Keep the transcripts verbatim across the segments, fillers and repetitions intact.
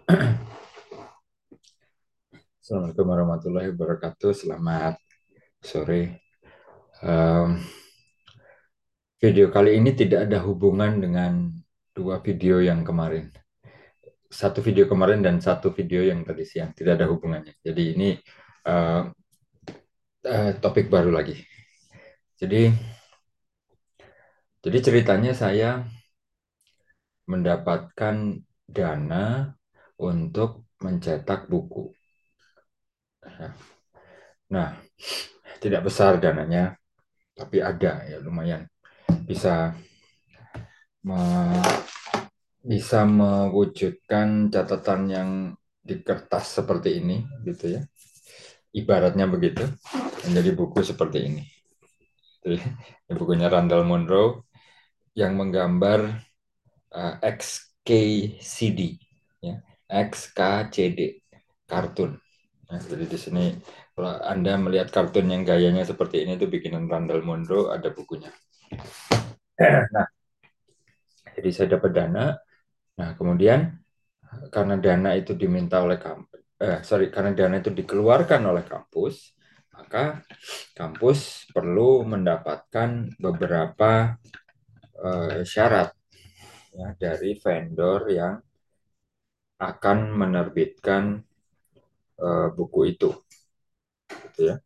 Assalamualaikum warahmatullahi wabarakatuh. Selamat sore. Em, Video kali ini tidak ada hubungan dengan dua video yang kemarin. Satu video kemarin dan satu video yang tadi siang tidak ada hubungannya. Jadi ini eh, eh, topik baru lagi. Jadi, jadi ceritanya saya mendapatkan dana untuk mencetak buku. Nah, tidak besar dananya, tapi ada ya lumayan bisa me- bisa mewujudkan catatan yang di kertas seperti ini, gitu ya. Ibaratnya begitu, menjadi buku seperti ini. Jadi, ini bukunya Randall Munroe yang menggambar uh, X K C D, ya, X K C D, kartun. Nah, jadi di sini kalau Anda melihat kartun yang gayanya seperti ini itu bikinan Randall Munroe, ada bukunya. Nah, jadi saya dapat dana. Nah, kemudian karena dana itu diminta oleh kampus, eh, sorry, karena dana itu dikeluarkan oleh kampus, maka kampus perlu mendapatkan beberapa eh, syarat ya, dari vendor yang akan menerbitkan eh, buku itu, gitu ya.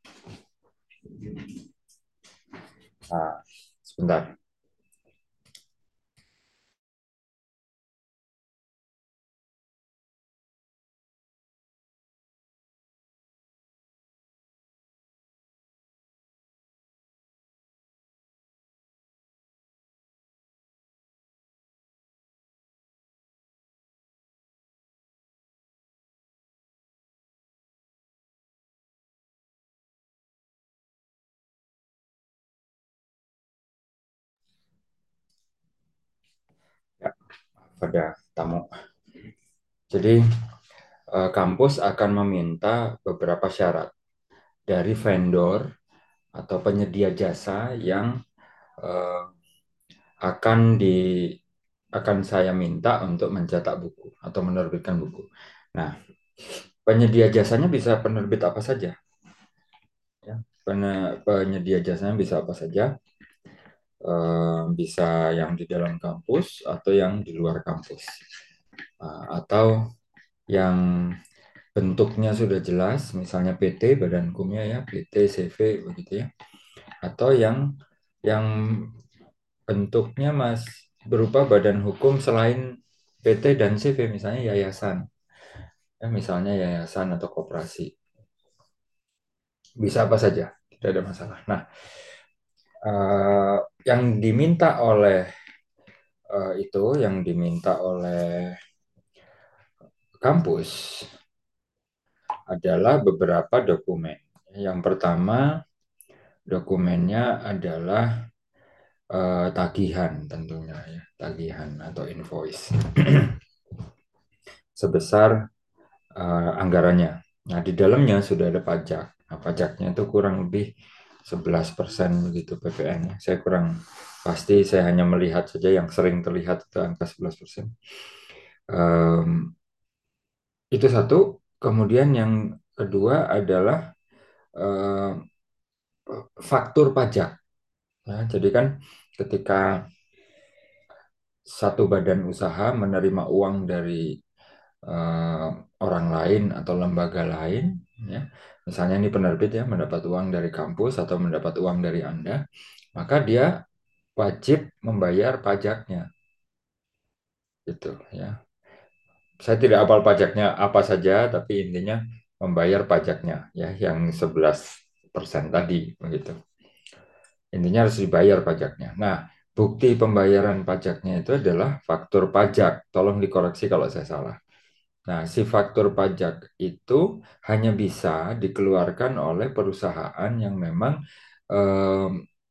Nah, sebentar. Ya, pada tamu. Jadi eh, kampus akan meminta beberapa syarat dari vendor atau penyedia jasa yang eh, akan di akan saya minta untuk mencetak buku atau menerbitkan buku. Nah, penyedia jasanya bisa penerbit apa saja, ya. Penyedia jasanya bisa apa saja, eh, bisa yang di dalam kampus atau yang di luar kampus. Ah, atau yang bentuknya sudah jelas, misalnya P T, badan hukumnya ya, P T, C V, begitu ya. Atau yang yang bentuknya mas berupa badan hukum selain P T dan C V, misalnya yayasan, ya, misalnya yayasan atau koperasi, bisa apa saja, tidak ada masalah. Nah, eh, yang diminta oleh eh, itu, yang diminta oleh kampus adalah beberapa dokumen. Yang pertama, dokumennya adalah eh, tagihan tentunya ya, tagihan atau invoice sebesar eh, anggarannya. Nah, di dalamnya sudah ada pajak. Nah, pajaknya itu kurang lebih sebelas persen begitu P P N. Saya kurang pasti, saya hanya melihat saja yang sering terlihat itu angka sebelas persen. Em, itu satu. Kemudian yang kedua adalah eh, faktur pajak. Nah, jadi kan ketika satu badan usaha menerima uang dari eh, orang lain atau lembaga lain, ya, misalnya ini penerbit ya, mendapat uang dari kampus atau mendapat uang dari Anda, maka dia wajib membayar pajaknya, gitu ya. Saya tidak hafal pajaknya apa saja, tapi intinya membayar pajaknya ya, yang sebelas persen tadi, begitu. Intinya harus dibayar pajaknya. Nah, bukti pembayaran pajaknya itu adalah faktur pajak. Tolong dikoreksi kalau saya salah. Nah, si faktur pajak itu hanya bisa dikeluarkan oleh perusahaan yang memang eh,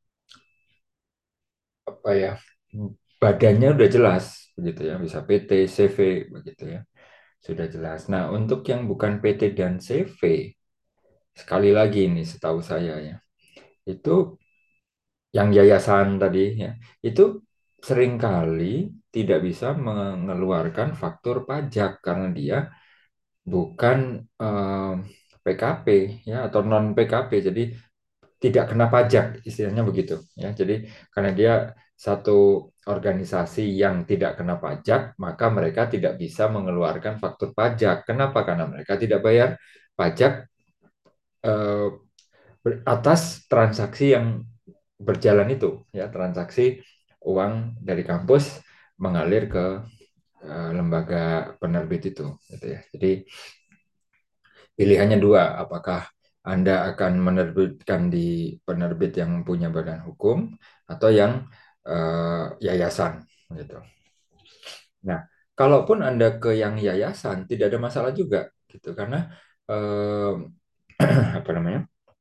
apa ya, badannya udah jelas, begitu ya, bisa P T, C V, begitu ya, sudah jelas. Nah, untuk yang bukan P T dan C V, sekali lagi ini setahu saya ya, itu yang yayasan tadi ya, itu seringkali tidak bisa mengeluarkan faktur pajak karena dia bukan eh, P K P ya atau non P K P. Jadi tidak kena pajak istilahnya begitu ya. Jadi karena dia satu organisasi yang tidak kena pajak, maka mereka tidak bisa mengeluarkan faktur pajak. Kenapa? Karena mereka tidak bayar pajak eh, atas transaksi yang berjalan itu ya, transaksi uang dari kampus mengalir ke eh, lembaga penerbit itu gitu ya. Jadi pilihannya dua, apakah Anda akan menerbitkan di penerbit yang punya badan hukum atau yang eh, yayasan gitu. Nah, kalaupun Anda ke yang yayasan tidak ada masalah juga gitu karena eh, apa namanya?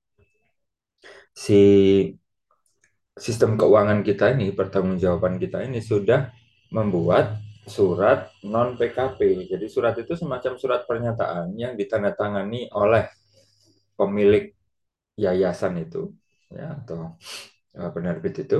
Si sistem keuangan kita ini, pertanggungjawaban kita ini sudah membuat surat non P K P. Jadi surat itu semacam surat pernyataan yang ditandatangani oleh pemilik yayasan itu ya atau uh, penerbit itu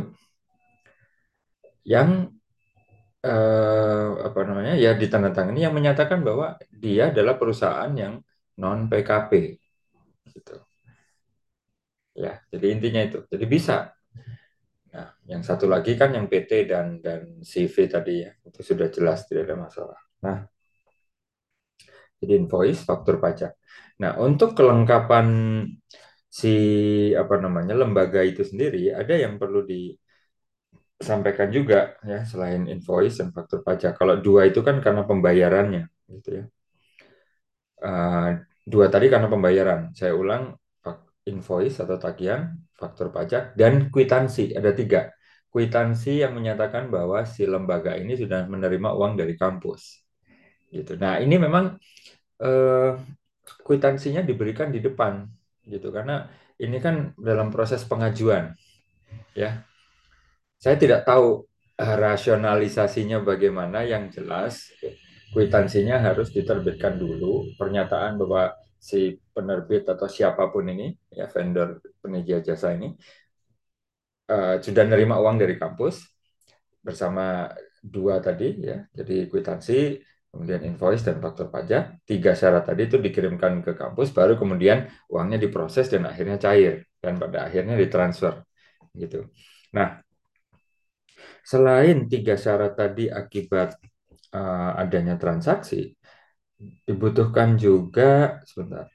yang uh, apa namanya ya ditandatangani yang menyatakan bahwa dia adalah perusahaan yang non P K P gitu ya. Jadi intinya itu. Jadi bisa. Nah, yang satu lagi kan yang P T dan dan C V tadi ya, itu sudah jelas tidak ada masalah. Nah, jadi invoice, faktur pajak. Nah, untuk kelengkapan si apa namanya lembaga itu sendiri, ada yang perlu disampaikan juga ya selain invoice dan faktur pajak. Kalau dua itu kan karena pembayarannya, gitu ya. Uh, dua tadi karena pembayaran. Saya ulang, invoice atau tagihan, faktur pajak, dan kwitansi. Ada tiga. Kwitansi yang menyatakan bahwa si lembaga ini sudah menerima uang dari kampus. Gitu. Nah, ini memang eh, kwitansinya diberikan di depan, gitu. Karena ini kan dalam proses pengajuan, ya. Saya tidak tahu eh, rasionalisasinya bagaimana, yang jelas kwitansinya harus diterbitkan dulu, pernyataan bahwa si penerbit atau siapapun ini, ya vendor penyedia jasa ini, eh, sudah menerima uang dari kampus bersama dua tadi ya, jadi kwitansi, kemudian invoice dan faktur pajak, tiga syarat tadi itu dikirimkan ke kampus, baru kemudian uangnya diproses dan akhirnya cair dan pada akhirnya ditransfer gitu. Nah, selain tiga syarat tadi akibat uh, adanya transaksi, dibutuhkan juga, sebentar,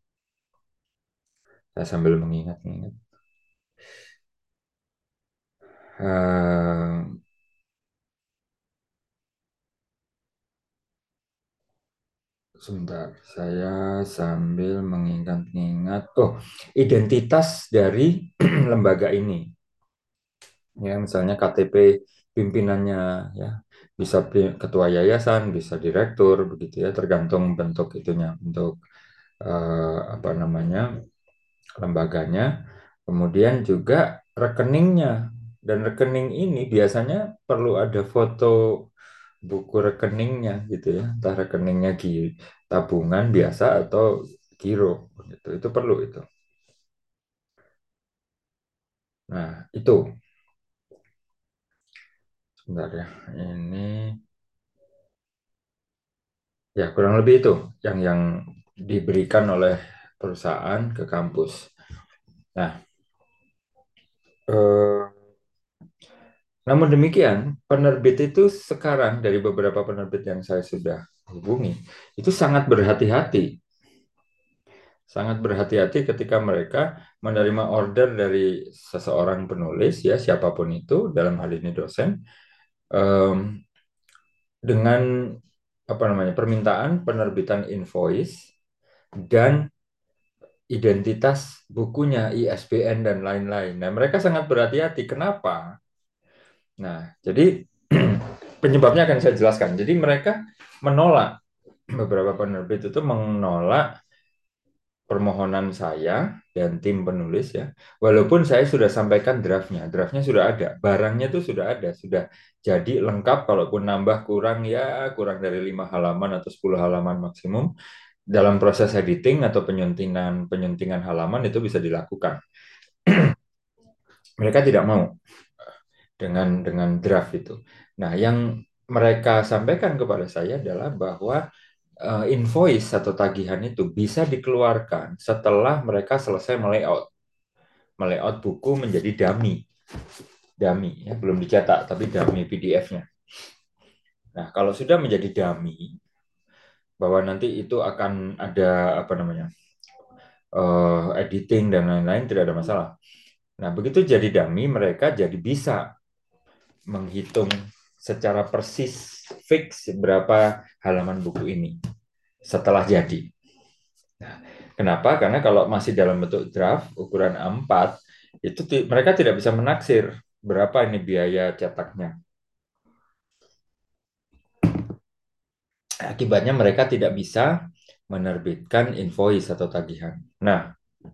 saya sambil mengingat-ingat. Uh, Sebentar, saya sambil mengingat-ingat. Oh, identitas dari lembaga ini. Ya, misalnya K T P pimpinannya, ya, bisa ketua yayasan, bisa direktur, begitu ya, tergantung bentuk itunya, bentuk eh, apa namanya lembaganya. Kemudian juga rekeningnya, dan rekening ini biasanya perlu ada foto buku rekeningnya gitu ya, entah rekeningnya di tabungan biasa atau giro gitu. Itu perlu itu. Nah, itu sebentar ya. Ini ya kurang lebih itu yang yang diberikan oleh perusahaan ke kampus. Nah, eh, namun demikian, penerbit itu sekarang dari beberapa penerbit yang saya sudah hubungi, itu sangat berhati-hati sangat berhati-hati ketika mereka menerima order dari seseorang penulis ya siapapun itu dalam hal ini dosen em, dengan apa namanya permintaan penerbitan invoice dan identitas bukunya I S B N dan lain-lain. Nah, mereka sangat berhati-hati. Kenapa? Nah, jadi penyebabnya akan saya jelaskan. Jadi mereka menolak, beberapa penerbit itu menolak permohonan saya dan tim penulis ya. Walaupun saya sudah sampaikan draftnya, draftnya sudah ada, barangnya itu sudah ada, sudah jadi lengkap. Kalaupun nambah kurang ya kurang dari lima halaman atau sepuluh halaman maksimum, dalam proses editing atau penyuntingan penyuntingan halaman itu bisa dilakukan. Mereka tidak mau. dengan dengan draft itu. Nah, yang mereka sampaikan kepada saya adalah bahwa uh, invoice atau tagihan itu bisa dikeluarkan setelah mereka selesai melayout, melayout buku menjadi dummy, dummy ya, belum dicetak tapi dummy P D F-nya. Nah, kalau sudah menjadi dummy, bahwa nanti itu akan ada apa namanya uh, editing dan lain-lain, tidak ada masalah. Nah, begitu jadi dummy, mereka jadi bisa menghitung secara persis fix berapa halaman buku ini setelah jadi. Nah, kenapa? Karena kalau masih dalam bentuk draft ukuran A empat itu mereka tidak bisa menaksir berapa ini biaya cetaknya. Akibatnya mereka tidak bisa menerbitkan invoice atau tagihan. Nah,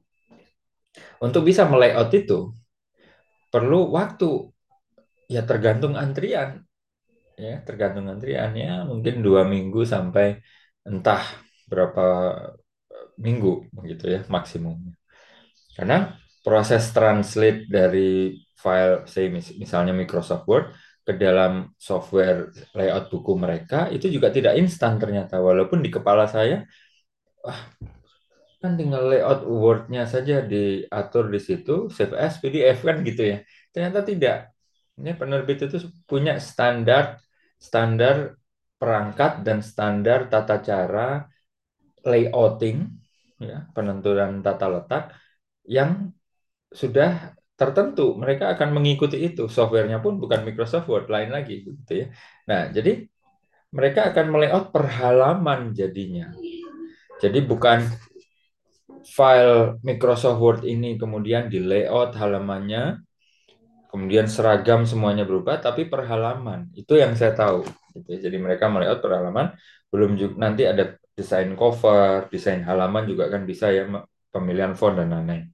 untuk bisa melayout itu perlu waktu, ya tergantung antrian, ya tergantung antriannya mungkin dua minggu sampai entah berapa minggu begitu ya maksimumnya. Karena proses translate dari file, say misalnya Microsoft Word ke dalam software layout buku mereka itu juga tidak instan ternyata. Walaupun di kepala saya, ah, kan tinggal layout Word-nya saja diatur di situ, save as P D F kan gitu ya. Ternyata tidak. Ini penerbit itu punya standar standar perangkat dan standar tata cara layouting, ya, penentuan tata letak yang sudah tertentu. Mereka akan mengikuti itu. Softwarenya pun bukan Microsoft Word, lain lagi gitu ya. Nah, jadi mereka akan melayout per halaman jadinya. Jadi bukan file Microsoft Word ini kemudian di layout halamannya, kemudian seragam semuanya berubah, tapi per halaman. Itu yang saya tahu. Gitu ya. Jadi mereka melayout per halaman, belum juga nanti ada desain cover, desain halaman juga kan bisa ya, pemilihan font dan lain-lain.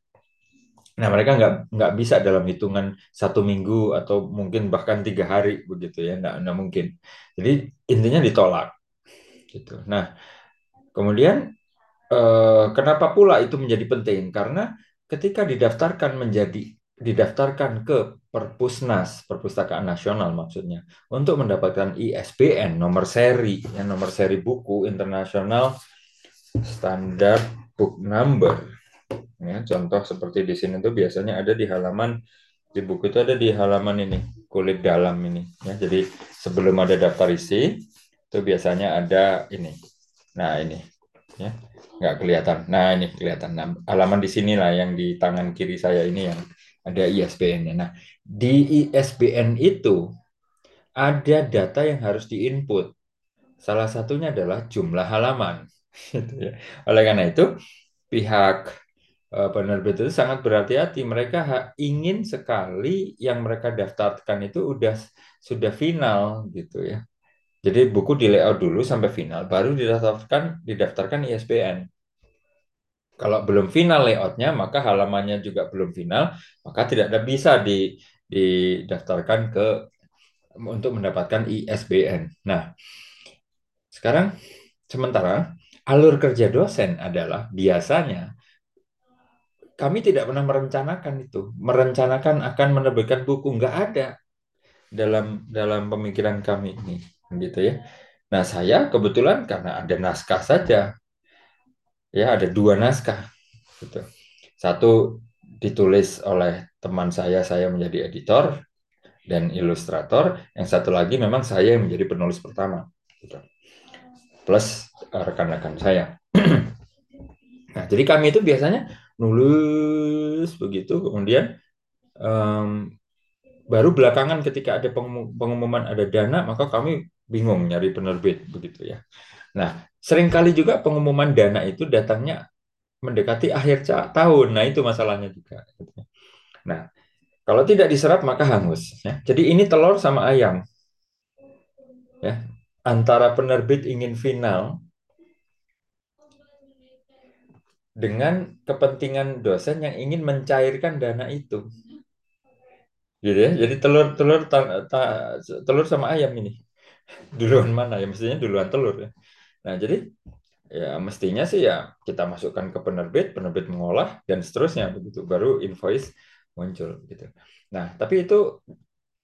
Nah, mereka nggak nggak bisa dalam hitungan satu minggu atau mungkin bahkan tiga hari begitu ya, nggak, nggak mungkin. Jadi intinya ditolak gitu. Nah, kemudian eh, kenapa pula itu menjadi penting? Karena ketika didaftarkan menjadi didaftarkan ke Perpusnas, Perpustakaan Nasional maksudnya, untuk mendapatkan I S B N nomor seri, ya, nomor seri buku internasional standar book number. Ya, contoh seperti di sini tuh biasanya ada di halaman, di buku itu ada di halaman ini, kulit dalam ini. Ya, jadi sebelum ada daftar isi, itu biasanya ada ini. Nah ini, ya, nggak kelihatan. Nah ini kelihatan. Nah, halaman di sinilah yang di tangan kiri saya ini yang ada I S B N-nya. Nah, di I S B N itu ada data yang harus diinput. Salah satunya adalah jumlah halaman. Gitu ya. Oleh karena itu, pihak eh, penerbit itu sangat berhati-hati. Mereka ingin sekali yang mereka daftarkan itu udah sudah final gitu ya. Jadi buku di layout dulu sampai final, baru didaftarkan didaftarkan I S B N. Kalau belum final layoutnya, maka halamannya juga belum final, maka tidak ada bisa di, didaftarkan ke untuk mendapatkan I S B N. Nah, sekarang sementara alur kerja dosen adalah biasanya kami tidak pernah merencanakan itu, merencanakan akan menerbitkan buku, nggak ada dalam dalam pemikiran kami ini, gitu ya. Nah, saya kebetulan karena ada naskah saja, ya ada dua naskah, gitu. Satu ditulis oleh teman saya, saya menjadi editor dan ilustrator. Yang satu lagi memang saya yang menjadi penulis pertama, gitu. Plus uh, rekan-rekan saya. Nah, jadi kami itu biasanya nulis begitu, kemudian um, baru belakangan ketika ada pengumuman ada dana, maka kami bingung nyari penerbit begitu ya. Nah, seringkali juga pengumuman dana itu datangnya mendekati akhir tahun. Nah, itu masalahnya juga. Nah, kalau tidak diserap maka hangus. Ya. Jadi ini telur sama ayam. Ya. Antara penerbit ingin final dengan kepentingan dosen yang ingin mencairkan dana itu. Gitu ya. Jadi telur telur ta, ta, telur sama ayam ini. Duluan mana ya? Mestinya duluan telur ya. Nah, jadi ya mestinya sih ya kita masukkan ke penerbit, penerbit mengolah dan seterusnya begitu baru invoice muncul gitu. Nah, tapi itu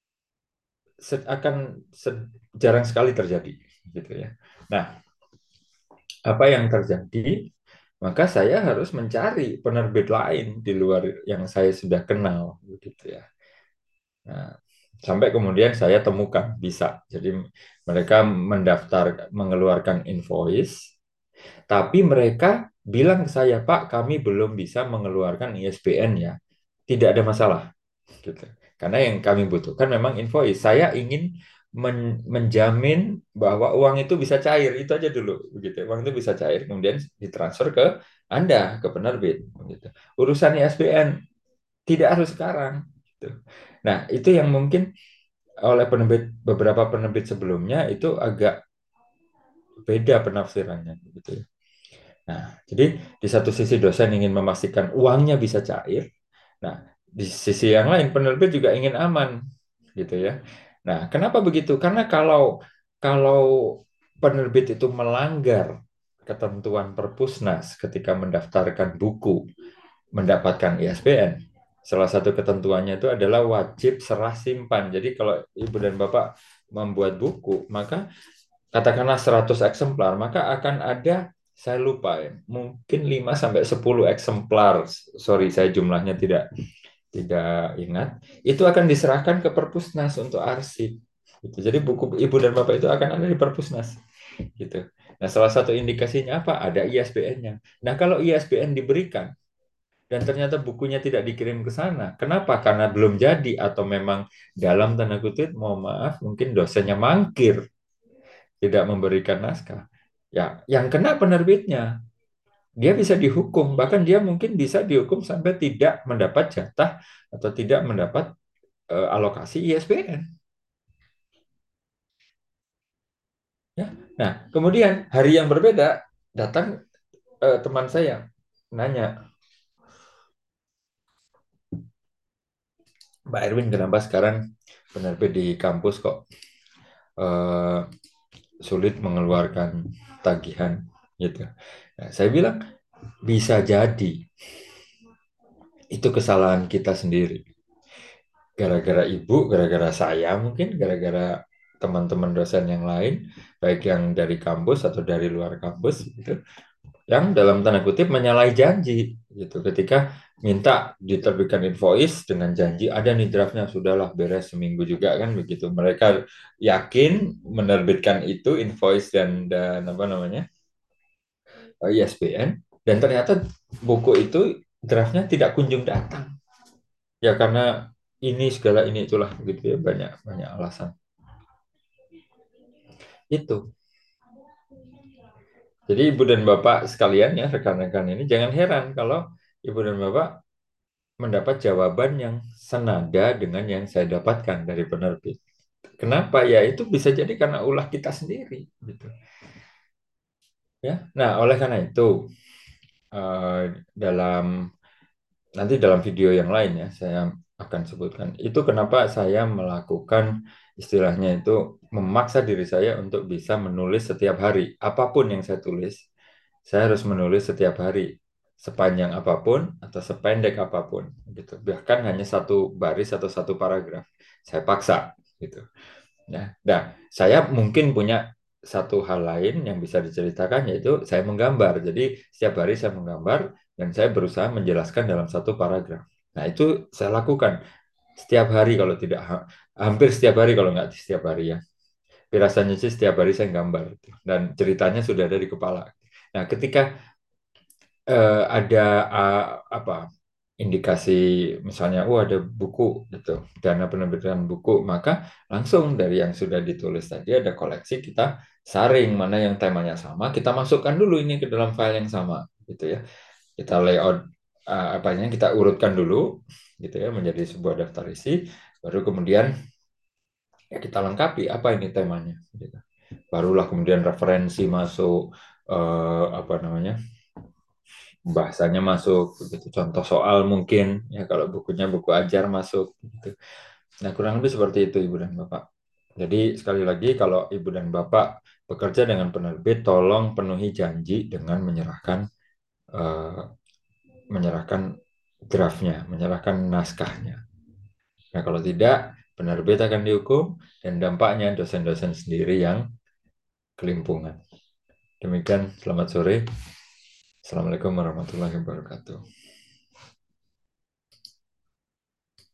akan jarang sekali terjadi gitu ya. Nah, apa yang terjadi? Maka saya harus mencari penerbit lain di luar yang saya sudah kenal begitu ya. Nah, sampai kemudian saya temukan bisa. Jadi mereka mendaftar mengeluarkan invoice, tapi mereka bilang ke saya, Pak, kami belum bisa mengeluarkan I S B N ya. Tidak ada masalah gitu. Karena yang kami butuhkan memang invoice. Saya ingin men- menjamin bahwa uang itu bisa cair, itu aja dulu begitu. Uang itu bisa cair kemudian ditransfer ke Anda, ke penerbit gitu. Urusan I S B N tidak harus sekarang gitu. Nah, itu yang mungkin oleh penerbit beberapa penerbit sebelumnya itu agak beda penafsirannya gitu ya. Nah, jadi di satu sisi dosen ingin memastikan uangnya bisa cair. Nah, di sisi yang lain penerbit juga ingin aman gitu ya. Nah, kenapa begitu? Karena kalau kalau penerbit itu melanggar ketentuan Perpusnas ketika mendaftarkan buku mendapatkan I S B N, salah satu ketentuannya itu adalah wajib serah simpan. Jadi kalau Ibu dan Bapak membuat buku, maka katakanlah seratus eksemplar, maka akan ada saya lupa ya, mungkin lima sampai sepuluh eksemplar. Sorry, saya jumlahnya tidak tidak ingat. Itu akan diserahkan ke Perpusnas untuk arsip. Gitu. Jadi buku Ibu dan Bapak itu akan ada di Perpusnas. Gitu. Nah, salah satu indikasinya apa? Ada I S B N-nya. Nah, kalau I S B N diberikan dan ternyata bukunya tidak dikirim ke sana. Kenapa? Karena belum jadi atau memang dalam tanda kutip, mohon maaf, mungkin dosennya mangkir, tidak memberikan naskah. Ya, yang kena penerbitnya. Dia bisa dihukum, bahkan dia mungkin bisa dihukum sampai tidak mendapat jatah atau tidak mendapat eh, alokasi I S B N. Ya. Nah, kemudian hari yang berbeda datang eh, teman saya nanya, Mbak Erwin, kenapa sekarang penerbit di kampus kok eh, sulit mengeluarkan tagihan gitu. Nah, saya bilang bisa jadi itu kesalahan kita sendiri. Gara-gara ibu, gara-gara saya mungkin, gara-gara teman-teman dosen yang lain, baik yang dari kampus atau dari luar kampus gitu, yang dalam tanda kutip menyalahi janji gitu. Ketika minta diterbitkan invoice dengan janji ada nih draftnya, sudahlah beres seminggu juga kan begitu. Mereka yakin menerbitkan itu invoice dan dan apa namanya I S B N, dan ternyata buku itu draftnya tidak kunjung datang. Ya karena ini segala ini itulah gitu ya, banyak banyak alasan. Itu. Jadi ibu dan bapak sekalian ya, rekan-rekan ini jangan heran kalau ibu dan bapak mendapat jawaban yang senada dengan yang saya dapatkan dari penerbit. Kenapa? Ya itu bisa jadi karena ulah kita sendiri gitu. Ya. Nah, oleh karena itu eh, dalam nanti dalam video yang lain ya saya akan sebutkan itu kenapa saya melakukan istilahnya itu memaksa diri saya untuk bisa menulis setiap hari. Apapun yang saya tulis, saya harus menulis setiap hari sepanjang apapun atau sependek apapun gitu. Bahkan hanya satu baris atau satu paragraf. Saya paksa gitu. Ya, nah, saya mungkin punya satu hal lain yang bisa diceritakan yaitu saya menggambar. Jadi setiap hari saya menggambar dan saya berusaha menjelaskan dalam satu paragraf. Nah, itu saya lakukan setiap hari kalau tidak ha- hampir setiap hari kalau nggak setiap hari ya. Tapi rasanya sih setiap hari saya gambar dan ceritanya sudah ada di kepala. Nah, ketika eh, ada ah, apa indikasi misalnya oh ada buku gitu dana penerbitan buku maka langsung dari yang sudah ditulis tadi ada koleksi kita saring mana yang temanya sama kita masukkan dulu ini ke dalam file yang sama gitu ya kita layout uh, apanya kita urutkan dulu gitu ya menjadi sebuah daftar isi baru kemudian ya kita lengkapi apa ini temanya gitu. Barulah kemudian referensi masuk eh, apa namanya bahasanya masuk begitu contoh soal mungkin ya kalau bukunya buku ajar masuk gitu. Nah kurang lebih seperti itu Ibu dan Bapak. Jadi sekali lagi kalau Ibu dan Bapak bekerja dengan penerbit tolong penuhi janji dengan menyerahkan eh, menyerahkan draftnya, menyerahkan naskahnya. Nah kalau tidak penerbit akan dihukum, dan dampaknya dosen-dosen sendiri yang kelimpungan. Demikian, selamat sore. Assalamualaikum warahmatullahi wabarakatuh.